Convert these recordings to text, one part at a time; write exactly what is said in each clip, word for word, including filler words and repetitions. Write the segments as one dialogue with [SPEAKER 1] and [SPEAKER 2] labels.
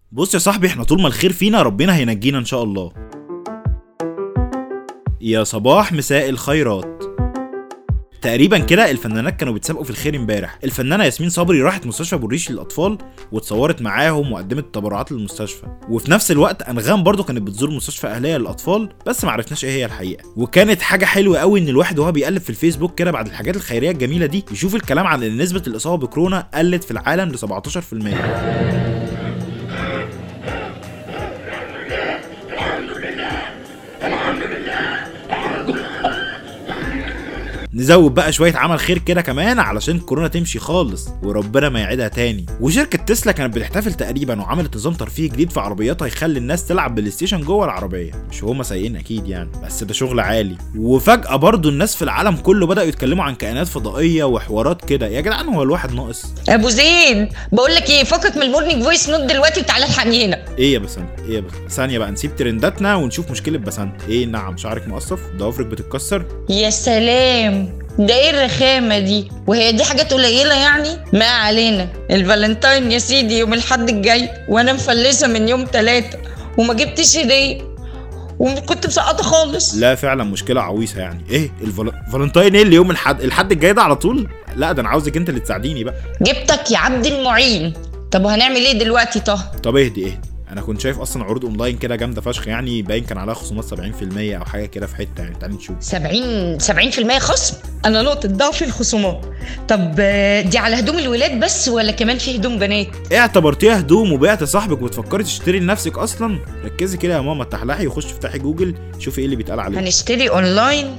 [SPEAKER 1] بص يا صاحبي، احنا طول ما الخير فينا ربنا هينجينا ان شاء الله. يا صباح مساء الخيرات. تقريبا كده الفنانات كانوا بيتسابقوا في الخير امبارح. الفنانه ياسمين صبري راحت مستشفى بوريش للاطفال واتصورت معاهم وقدمت تبرعات للمستشفى، وفي نفس الوقت انغام برضو كانت بتزور مستشفى اهليه للاطفال، بس ما عرفناش ايه هي الحقيقه. وكانت حاجه حلوه قوي ان الواحد وهو بيقلب في الفيسبوك كده بعد الحاجات الخيريه الجميله دي يشوف الكلام عن ان نسبه الاصابه بكورونا قلت في العالم ل سبعتاشر في المية. نزود بقى شويه عمل خير كده كمان علشان كورونا تمشي خالص وربنا ما يعيدها تاني. وشركه تسلا كانت بتحتفل تقريبا وعملت نظام ترفيهي جديد في عربياتها يخلي الناس تلعب بلاي ستيشن جوه العربيه، مش هما سايقين اكيد يعني، بس ده شغل عالي. وفجاه برضو الناس في العالم كله بداوا يتكلموا عن كائنات فضائيه وحوارات كده. يا جدعان هو الواحد ناقص؟
[SPEAKER 2] ابو زيد بقول لك ايه، فكك من المورنينج فويس نوت دلوقتي وتعالى الحقني هنا.
[SPEAKER 1] ايه يا بسنت؟ ايه يا بسنت؟ ثانيه بقى نسيب ترنداتنا ونشوف مشكله بسنت. ايه نعم، شعرك مقصف، ضوافرك بتتكسر.
[SPEAKER 2] يا سلام، ده ايه الرخامه دي؟ وهي دي حاجات قليله يعني؟ ما علينا. الفالنتاين يا سيدي يوم الحد الجاي وانا مفلسه من يوم ثلاثة وما جبتش هديه وكنت مسقطه خالص.
[SPEAKER 1] لا فعلا مشكله عويصه يعني. ايه الفالنتاين ايه اللي يوم الحد الحد الجاي ده على طول؟ لا ده انا عاوزك انت اللي تساعديني بقى.
[SPEAKER 2] جبتك يا عبد المعين. طب وهنعمل ايه دلوقتي؟ طه
[SPEAKER 1] طب اهدي اهدي، انا كنت شايف اصلا عروض اونلاين كده جامده فشخ يعني، باين كان عليها خصومات سبعين في المية او حاجه كده في حته يعني. تعالي نشوف.
[SPEAKER 2] سبعين سبعين في المية خصم؟ انا نقطه ضعف الخصومات. طب دي على هدوم الولاد بس ولا كمان في هدوم بنات؟
[SPEAKER 1] ايه اعتبرتيها هدوم وبعت صاحبك وتفكري تشتري لنفسك اصلا؟ ركزي كده يا ماما، تحلحي وخش افتحي جوجل شوفي ايه اللي بيتقال عليه.
[SPEAKER 2] هنشتري اونلاين؟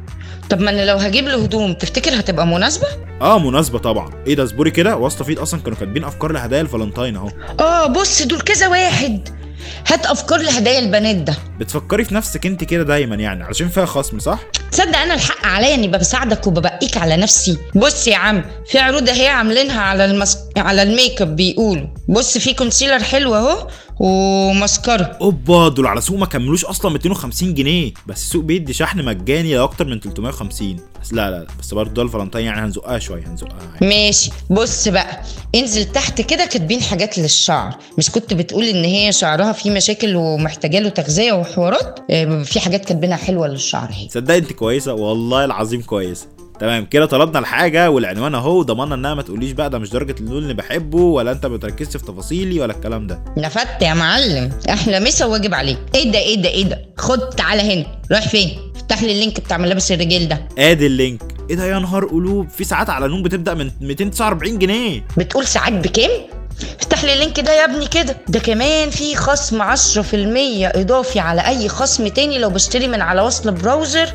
[SPEAKER 2] طب ما انا لو هجيب له هدوم تفتكر هتبقى مناسبه؟
[SPEAKER 1] اه مناسبه طبعا. ايه ده اصبري كده، واسطه فيد اصلا كانوا كاتبين افكار لهدايا الفالنتاين اهو.
[SPEAKER 2] اه بص دول كذا واحد. هات افكار لهدايا البنات ده.
[SPEAKER 1] بتفكري في نفسك انت كده دايما يعني علشان فيها خصم صح؟
[SPEAKER 2] تصدق انا الحق عليا اني بساعدك وببقيك على نفسي. بص يا عم، في عروض اهي عاملينها على المس... على الميك اب بيقولوا. بص في كونسيلر حلو اهو وماسكارا.
[SPEAKER 1] اوبا دول على سوق ما كملوش اصلا مئتين وخمسين جنيه، بس سوق بيدي شحن مجاني لاكتر من تلتمية وخمسين. بس لا لا بس برضه ده الفالنتاين يعني هنزقها شويه هنزقها يعني.
[SPEAKER 2] ماشي بص بقى، انزل تحت كده كاتبين حاجات للشعر. مش كنت بتقول ان هي شعرها فيه مشاكل ومحتاجه له تغذيه وحوارات؟ اه في حاجات كاتبينها حلوه للشعر اهي.
[SPEAKER 1] تصدقي انت كويسه والله العظيم كويسه. تمام كده طلبنا الحاجه والعنوان اهو، ضمننا انها ما تقوليش بقى ده مش درجه اللون اللي بحبه ولا انت ما بتركزش في تفاصيلي ولا الكلام ده.
[SPEAKER 2] نفدت يا معلم، احنا مسا واجب عليك. ايه ده ايه ده ايه ده؟ خد تعالى هنا. رايح فين؟ افتح لي اللينك بتاع ملابس الرجال ده.
[SPEAKER 1] ادي اللينك. ايه ده يا نهار قلوب، في ساعات على نون بتبدا من مئتين وتسعة وأربعين جنيه.
[SPEAKER 2] بتقول ساعات بكام؟ افتح لي اللينك ده يا ابني كده. ده كمان في خصم عشرة في المية اضافي على اي خصم تاني لو بشتري من على وصل براوزر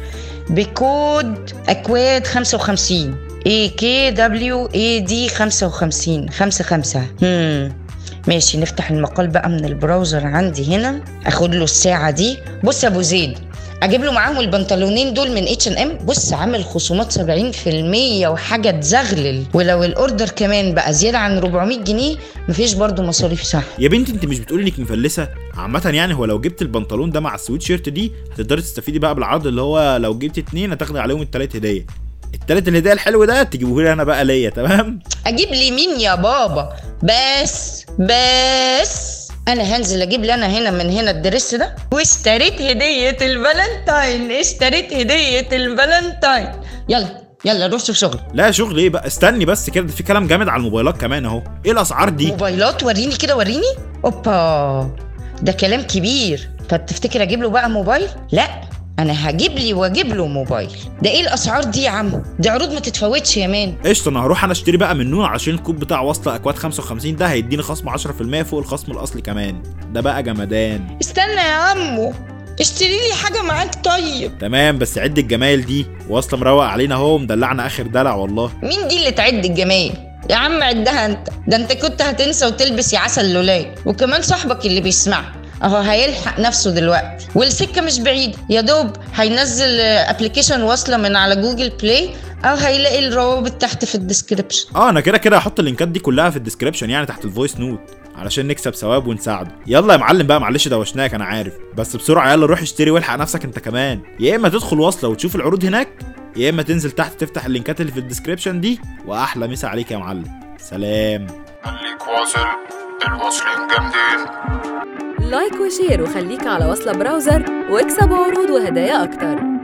[SPEAKER 2] بكود اكواد خمسة وخمسين اي كي دبليو اي دي خمسة وخمسين خمسة خمسة. هم ماشي، نفتح المقال بقى من البراوزر عندي هنا، اخد له الساعه دي. بص يا ابو زيد، اجيب له معاهم البنطلونين دول من اتش ان ام. بص عامل خصومات سبعين في المية وحاجه تزغلل، ولو الاوردر كمان بقى زياده عن أربعمية جنيه مفيش برضو مصاريف. صح
[SPEAKER 1] يا بنتي انت مش بتقولي انك مفلسه؟ عامه يعني هو لو جبت البنطلون ده مع السويت شيرت دي هتقدري تستفيدي بقى بالعرض اللي هو لو جبت اتنين هتاخدي عليهم التلات هديه. التالت الهديه الحلو ده تجيبوه لي انا بقى ليا. تمام
[SPEAKER 2] اجيب لي مين يا بابا؟ بس بس انا هنزل اجيب لي انا هنا من هنا الدرس ده. واشتريت هديه الفالنتاين، اشتريت هديه الفالنتاين. يلا يلا روح شوف شغل.
[SPEAKER 1] لا شغل ايه بقى، استني بس كده، في كلام جامد على الموبايلات كمان اهو. ايه الاسعار دي؟
[SPEAKER 2] موبايلات؟ وريني كده وريني. اوبا ده كلام كبير. طب تفتكر اجيب له بقى موبايل؟ لا انا هجيب لي واجيب له موبايل. ده ايه الاسعار دي يا عم؟ دي عروض ما تتفوتش يا مان.
[SPEAKER 1] قشطه، انا هروح انا اشتري بقى من نون عشان الكود بتاع وصله اكواد خمسة وخمسين ده هيديني خصم عشرة في المية فوق الخصم الاصلي كمان. ده بقى جمدان.
[SPEAKER 2] استنى يا عمو، اشتري لي حاجه معاك طيب.
[SPEAKER 1] تمام بس عد الجمايل دي، واصله مروق علينا اهو، مدلعنا اخر دلع والله.
[SPEAKER 2] مين دي اللي تعد الجمايل يا عم؟ عدها انت، ده انت كنت هتنسى وتلبس يا عسل لولاي. وكمان صاحبك اللي بيسمع اهو هيلحق نفسه دلوقتي، والسكه مش بعيده. يا دوب هينزل ابلكيشن وصله من على جوجل بلاي او هيلاقي الروابط تحت في الديسكريبشن.
[SPEAKER 1] اه انا كده كده هحط اللينكات دي كلها في الديسكريبشن يعني تحت الفويس نوت علشان نكسب ثواب ونساعده. يلا يا معلم بقى، معلش دوشناك انا عارف، بس بسرعه يلا روح اشتري والحق نفسك انت كمان. يا اما تدخل وصله وتشوف العروض هناك، يا اما تنزل تحت تفتح اللينكات اللي في الديسكريبشن دي. واحلى مسا عليك يا معلم، سلام.
[SPEAKER 3] خليك واصل الواصلين جامدين.
[SPEAKER 4] لايك وشير وخليك على وصلة براوزر واكسب عروض وهدايا أكتر.